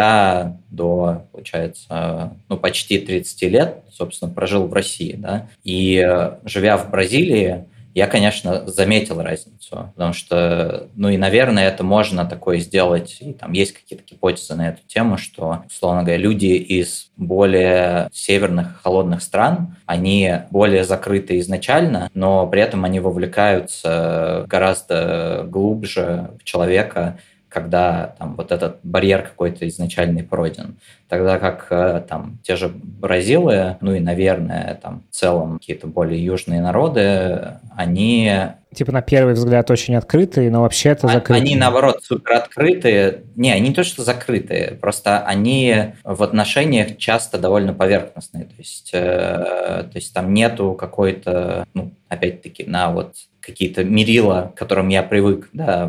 Я до, получается, ну, почти тридцать лет, собственно, прожил в России, да, и живя в Бразилии, я, конечно, заметил разницу, потому что, ну и, наверное, это можно такое сделать, и там есть какие-то гипотезы на эту тему, что, условно говоря, люди из более северных, холодных стран, они более закрыты изначально, но при этом они вовлекаются гораздо глубже в человека, когда там вот этот барьер какой-то изначальный пройден. Тогда как там те же бразилы, ну и, наверное, там в целом какие-то более южные народы, они... Типа на первый взгляд очень открытые, но вообще-то закрытые. Они, наоборот, супер открытые. Не, они не то, что закрытые, просто они в отношениях часто довольно поверхностные. То есть, э, то есть там нету какой-то, ну, опять-таки, на вот какие-то мерила, к которым я привык, да,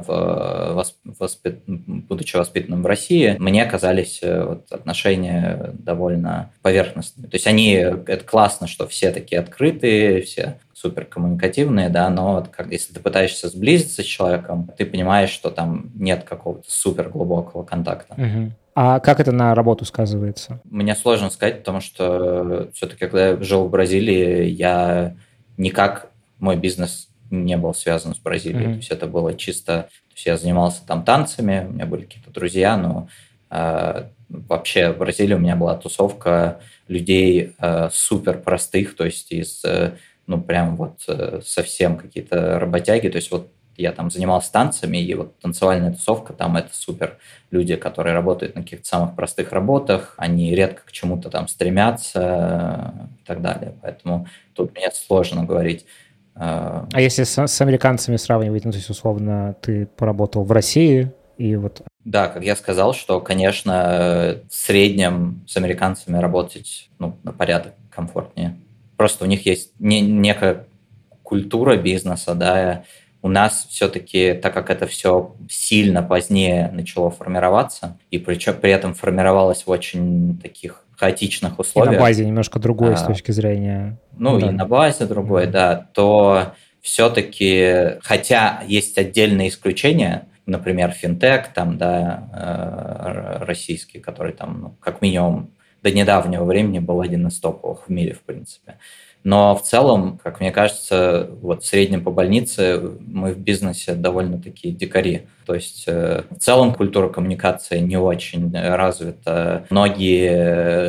в воспит... будучи воспитанным в России, мне казались вот, отношения довольно поверхностными. То есть они, это классно, что все такие открытые, все супер коммуникативные, да, но вот как, если ты пытаешься сблизиться с человеком, ты понимаешь, что там нет какого-то супер глубокого контакта. Угу. А как это на работу сказывается? Мне сложно сказать, потому что все-таки, когда я жил в Бразилии, я никак, мой бизнес не был связан с Бразилией. Mm-hmm. То есть это было чисто... То есть я занимался там танцами, у меня были какие-то друзья, но э, вообще в Бразилии у меня была тусовка людей э, супер простых, то есть из, э, ну, прям вот э, совсем какие-то работяги. То есть вот я там занимался танцами, и вот танцевальная тусовка, там это супер люди, которые работают на каких-то самых простых работах, они редко к чему-то там стремятся и так далее. Поэтому тут мне сложно говорить. А если с, с американцами сравнивать, ну, то есть, условно, ты поработал в России, и вот... Да, как я сказал, что, конечно, в среднем с американцами работать, ну, на порядок комфортнее. Просто у них есть не, некая культура бизнеса, да, у нас все-таки, так как это все сильно позднее начало формироваться, и причем при этом формировалось в очень таких хаотичных условиях. И на базе немножко другой а, с точки зрения... Ну, да. И на базе другой, mm-hmm. да, то все-таки, хотя есть отдельные исключения, например, финтех, там, да, российский, который там, ну, как минимум, до недавнего времени был один из топовых в мире, в принципе. Но в целом, как мне кажется, вот в среднем по больнице мы в бизнесе довольно-таки дикари. То есть в целом культура коммуникации не очень развита. Многие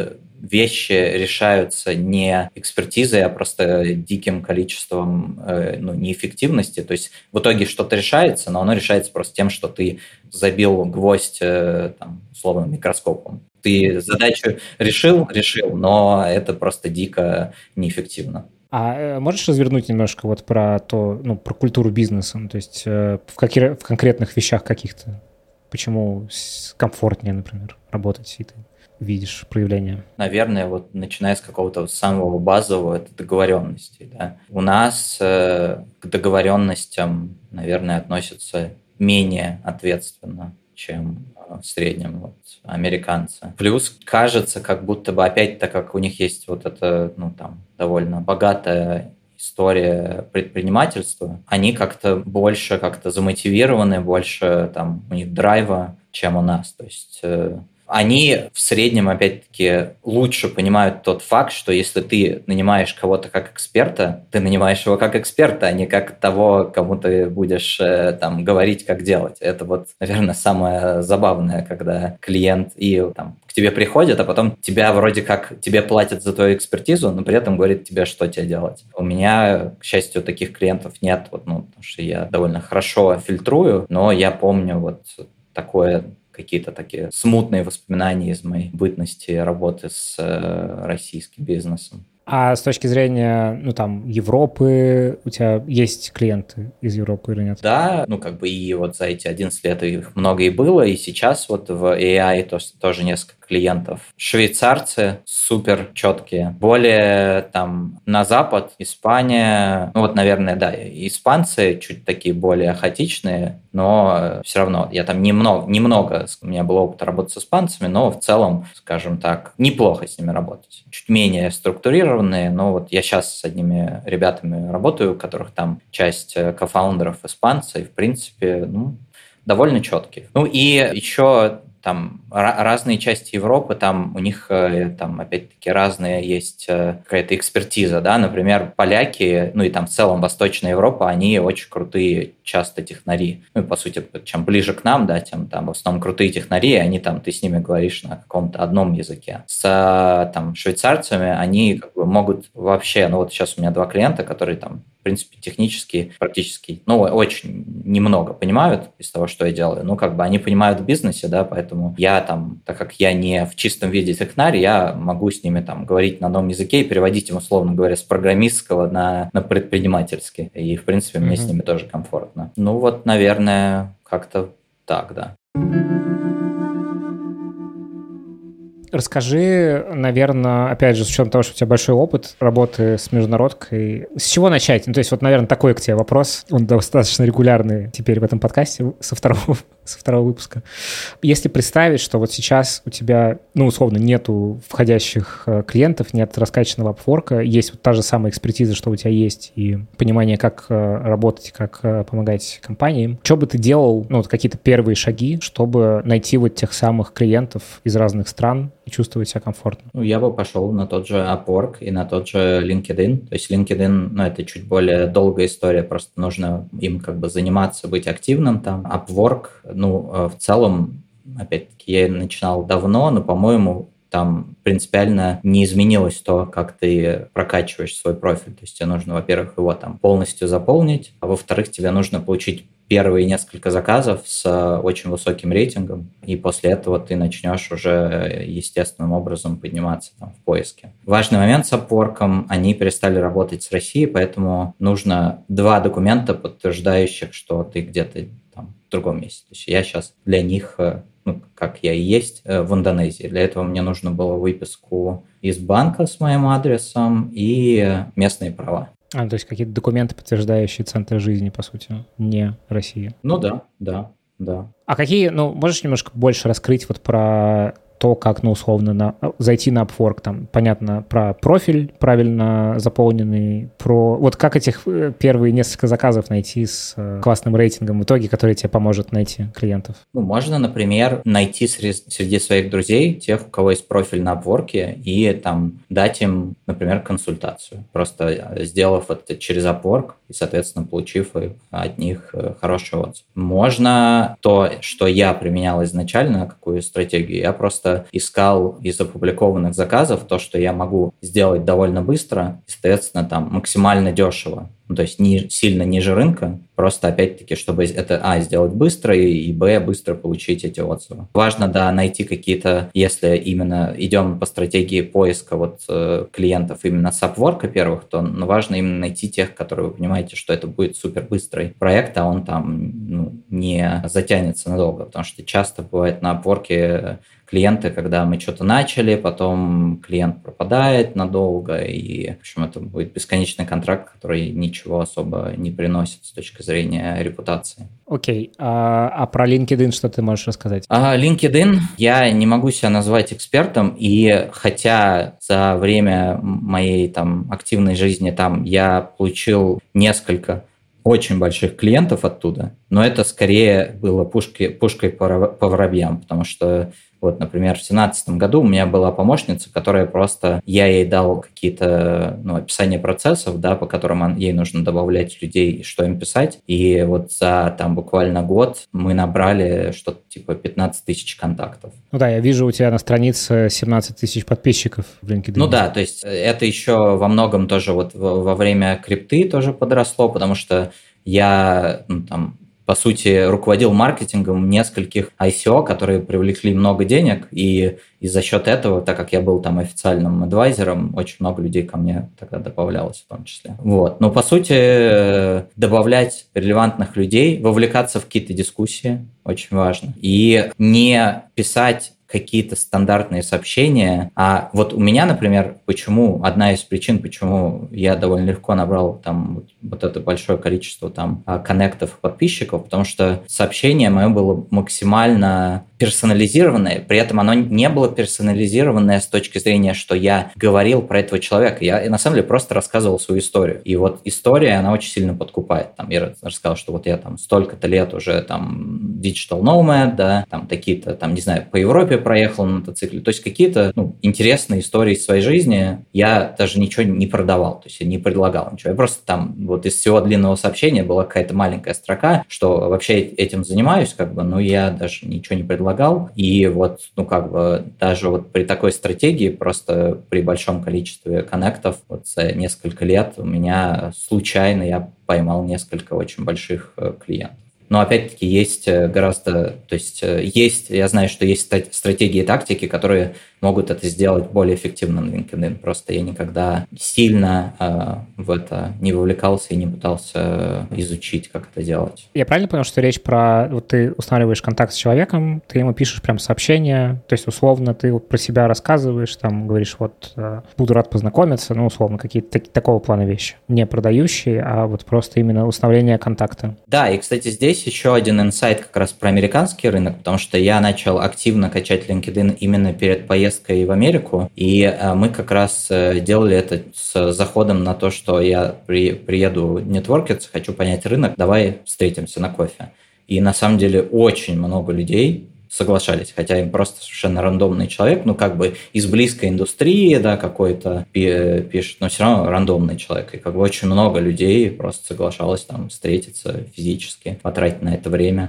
вещи решаются не экспертизой, а просто диким количеством э, ну, неэффективности. То есть в итоге что-то решается, но оно решается просто тем, что ты забил гвоздь э, там, условно микроскопом. Ты задачу решил, решил, но это просто дико неэффективно. А можешь развернуть немножко вот про то, ну, про культуру бизнеса, ну, то есть э, в, каких, в конкретных вещах каких-то? Почему комфортнее, например, работать, и ты видишь проявления? Наверное, вот начиная с какого-то самого базового, это договоренности. Да? У нас э, к договоренностям, наверное, относятся менее ответственно, чем в среднем вот, американцы. Плюс кажется, как будто бы опять, так как у них есть вот эта, ну, там, довольно богатая история предпринимательства, они как-то больше как-то замотивированы, больше там у них драйва, чем у нас. То есть э, они в среднем, опять-таки, лучше понимают тот факт, что если ты нанимаешь кого-то как эксперта, ты нанимаешь его как эксперта, а не как того, кому ты будешь э, там говорить, как делать. Это вот, наверное, самое забавное, когда клиент и там к тебе приходит, а потом тебя вроде как тебе платят за твою экспертизу, но при этом говорит тебе, что тебе делать. У меня, к счастью, таких клиентов нет, вот, ну, потому что я довольно хорошо фильтрую, но я помню вот такое какие-то такие смутные воспоминания из моей бытности работы с э, российским бизнесом. А с точки зрения, ну, там, Европы, у тебя есть клиенты из Европы или нет? Да, ну, как бы и вот за эти одиннадцать лет их много и было, и сейчас вот в эй ай тоже, тоже несколько клиентов. Швейцарцы супер четкие. Более там на запад, Испания, ну вот, наверное, да, испанцы чуть такие более хаотичные, но все равно я там немного, немного, у меня было опыт работы с испанцами, но в целом, скажем так, неплохо с ними работать. Чуть менее структурированные, но вот я сейчас с одними ребятами работаю, у которых там часть кофаундеров испанцы, и в принципе, ну, довольно четкие. Ну и еще там разные части Европы, там у них там опять-таки разные есть какая-то экспертиза, да, например, поляки, ну и там в целом Восточная Европа, они очень крутые часто технари. Ну и по сути, чем ближе к нам, да, тем там в основном крутые технари, они там, ты с ними говоришь на каком-то одном языке. С там швейцарцами они как бы могут вообще, ну вот сейчас у меня два клиента, которые там в принципе, технически практически, ну, очень немного понимают из того, что я делаю. Ну, как бы они понимают в бизнесе, да, поэтому я там, так как я не в чистом виде технарь, я могу с ними там говорить на одном языке и переводить им, условно говоря, с программистского на, на предпринимательский. И, в принципе, мне mm-hmm. с ними тоже комфортно. Ну, вот, наверное, как-то так, да. Расскажи, наверное, опять же, с учетом того, что у тебя большой опыт работы с международкой, с чего начать? Ну, то есть вот, наверное, такой к тебе вопрос, он достаточно регулярный теперь в этом подкасте со второго, со второго выпуска. Если представить, что вот сейчас у тебя, ну, условно, нету входящих клиентов, нет раскачанного апворка, есть вот та же самая экспертиза, что у тебя есть, и понимание, как работать, как помогать компаниям, что бы ты делал, ну, вот какие-то первые шаги, чтобы найти вот тех самых клиентов из разных стран, и чувствовать себя комфортно? Ну, я бы пошел на тот же Upwork и на тот же LinkedIn. То есть LinkedIn, ну, это чуть более долгая история, просто нужно им как бы заниматься, быть активным там. Upwork, ну, в целом, опять-таки, я начинал давно, но, по-моему, там принципиально не изменилось то, как ты прокачиваешь свой профиль. То есть тебе нужно, во-первых, его там полностью заполнить, а во-вторых, тебе нужно получить первые несколько заказов с очень высоким рейтингом, и после этого ты начнешь уже естественным образом подниматься там, в поиске. Важный момент с Upwork, они перестали работать с Россией, поэтому нужно два документа, подтверждающих, что ты где-то там в другом месте. То есть я сейчас для них, ну, как я и есть, в Индонезии. Для этого мне нужно было выписку из банка с моим адресом и местные права. А, то есть какие-то документы, подтверждающие центр жизни, по сути, не России. Ну да, да, да. А какие, ну, можешь немножко больше раскрыть вот про то, как, ну, условно, на, зайти на Upwork, там, понятно, про профиль правильно заполненный, про вот как этих первые несколько заказов найти с классным рейтингом в итоге, который тебе поможет найти клиентов? Ну, можно, например, найти среди, среди своих друзей тех, у кого есть профиль на Upwork, и там дать им, например, консультацию, просто сделав это через Upwork и, соответственно, получив от них хороший отзыв. Можно то, что я применял изначально, какую стратегию, я просто просто искал из опубликованных заказов то, что я могу сделать довольно быстро, и, соответственно, там максимально дешево. Ну, то есть не, сильно ниже рынка, просто опять-таки, чтобы это, а, сделать быстро, и, и, б, быстро получить эти отзывы. Важно, да, найти какие-то, если именно идем по стратегии поиска вот э, клиентов именно с Upwork, первых, то ну, важно именно найти тех, которые вы понимаете, что это будет супер быстрый проект, а он там ну, не затянется надолго, потому что часто бывает на Upwork клиенты, когда мы что-то начали, потом клиент пропадает надолго, и, в общем, это будет бесконечный контракт, который ничего особо не приносит с точки зрения репутации. Окей, okay. а, а про LinkedIn что ты можешь рассказать? А, LinkedIn я не могу себя назвать экспертом, и хотя за время моей там активной жизни там я получил несколько очень больших клиентов оттуда, но это скорее было пушки, пушкой по, по воробьям, потому что вот, например, в две тысячи семнадцатом году у меня была помощница, которая просто... Я ей дал какие-то ну, описания процессов, да, по которым ей нужно добавлять людей, что им писать. И вот за там буквально год мы набрали что-то типа пятнадцать тысяч контактов. Ну да, я вижу у тебя на странице семнадцать тысяч подписчиков в LinkedIn. Ну да, то есть это еще во многом тоже вот во время крипты тоже подросло, потому что я ну, там... по сути, руководил маркетингом нескольких ай си о, которые привлекли много денег, и, и за счет этого, так как я был там официальным адвайзером, очень много людей ко мне тогда добавлялось в том числе. Вот. Но, по сути, добавлять релевантных людей, вовлекаться в какие-то дискуссии очень важно. И не писать какие-то стандартные сообщения. А вот у меня, например, почему, одна из причин, почему я довольно легко набрал там вот, вот это большое количество там коннектов подписчиков, потому что сообщение мое было максимально персонализированное, при этом оно не было персонализированное с точки зрения, что я говорил про этого человека. Я, я на самом деле просто рассказывал свою историю. И вот история, она очень сильно подкупает. Там, я рассказал, что вот я там столько-то лет уже там digital nomad, да, там такие-то, там, не знаю, по Европе проехал на мотоцикле. То есть какие-то ну, интересные истории из своей жизни. Я даже ничего не продавал, то есть я не предлагал ничего. Я просто там вот из всего длинного сообщения была какая-то маленькая строка, что вообще этим занимаюсь, как бы, но я даже ничего не предлагал. И вот, ну, как бы, даже вот при такой стратегии, просто при большом количестве коннектов, вот за несколько лет у меня случайно я поймал несколько очень больших клиентов. Но опять-таки есть гораздо, то есть есть, я знаю, что есть стратегии и тактики, которые могут это сделать более эффективно на LinkedIn. Просто я никогда сильно э, в это не вовлекался и не пытался изучить, как это делать. Я правильно понял, что речь про... Вот ты устанавливаешь контакт с человеком, ты ему пишешь прям сообщение, то есть условно ты вот про себя рассказываешь, там говоришь, вот буду рад познакомиться, ну условно какие-то таки, такого плана вещи. Не продающие, а вот просто именно установление контакта. Да, и, кстати, здесь еще один инсайт как раз про американский рынок, потому что я начал активно качать LinkedIn именно перед поездкой в Америку, и мы как раз делали это с заходом на то, что я при, приеду нетворкиться, хочу понять рынок, давай встретимся на кофе. И на самом деле очень много людей соглашались, хотя им просто совершенно рандомный человек, ну как бы из близкой индустрии, да, какой-то пишет, но все равно рандомный человек. И как бы очень много людей просто соглашалось там встретиться физически, потратить на это время.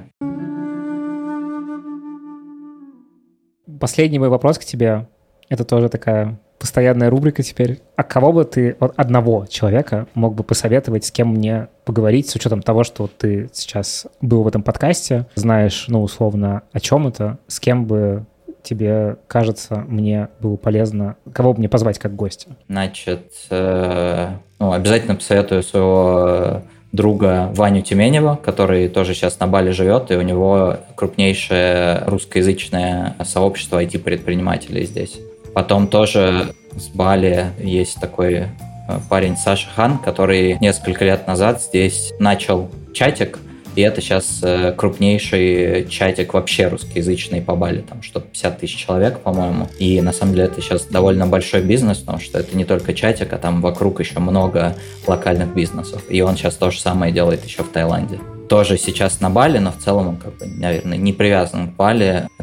Последний мой вопрос к тебе. Это тоже такая постоянная рубрика теперь. А кого бы ты, вот одного человека, мог бы посоветовать, с кем мне поговорить, с учетом того, что вот ты сейчас был в этом подкасте, знаешь, ну, условно, о чем это, с кем бы тебе кажется, мне было полезно, кого бы мне позвать как гостя? Значит, э, ну, обязательно посоветую своего друга Ваню Тюменева, который тоже сейчас на Бали живет, и у него крупнейшее русскоязычное сообщество ай ти-предпринимателей здесь. Потом тоже с Бали есть такой парень Саша Хан, который несколько лет назад здесь начал чатик, и это сейчас крупнейший чатик вообще русскоязычный по Бали, там что-то пятьдесят тысяч человек, по-моему. И на самом деле это сейчас довольно большой бизнес, потому что это не только чатик, а там вокруг еще много локальных бизнесов. И он сейчас то же самое делает еще в Таиланде. Тоже сейчас на Бали, но в целом он, как бы, наверное, не привязан к Бали.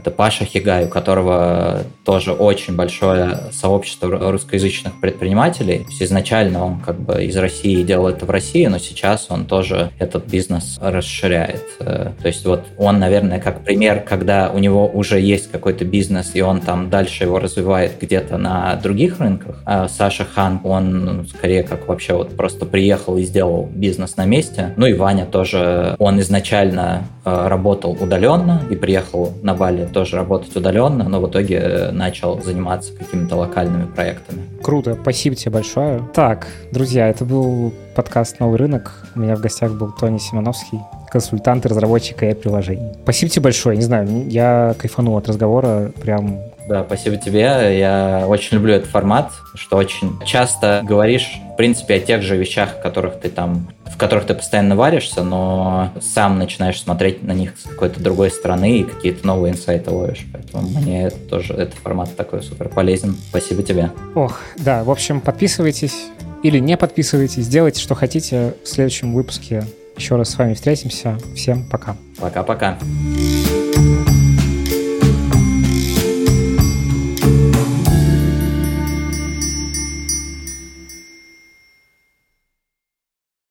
Это Паша Хигай, у которого тоже очень большое сообщество русскоязычных предпринимателей. То есть изначально он как бы из России делал это в России, но сейчас он тоже этот бизнес расширяет. То есть вот он, наверное, как пример, когда у него уже есть какой-то бизнес, и он там дальше его развивает где-то на других рынках. А Саша Хан, он скорее как вообще вот просто приехал и сделал бизнес на месте. Ну и Ваня тоже, он изначально работал удаленно и приехал на Бали тоже работать удаленно, но в итоге начал заниматься какими-то локальными проектами. Круто, спасибо тебе большое. Так, друзья, это был подкаст «Новый рынок». У меня в гостях был Тони Семеновский, консультант и разработчик эй ай-приложений. Спасибо тебе большое. Не знаю, я кайфанул от разговора прям... Да, спасибо тебе. Я очень люблю этот формат, что очень часто говоришь, в принципе, о тех же вещах, которых ты там, в которых ты постоянно варишься, но сам начинаешь смотреть на них с какой-то другой стороны и какие-то новые инсайты ловишь. Поэтому мне это тоже, этот формат такой супер полезен. Спасибо тебе. Ох, да, в общем, подписывайтесь или не подписывайтесь, делайте, что хотите. В следующем выпуске еще раз с вами встретимся. Всем пока. Пока-пока.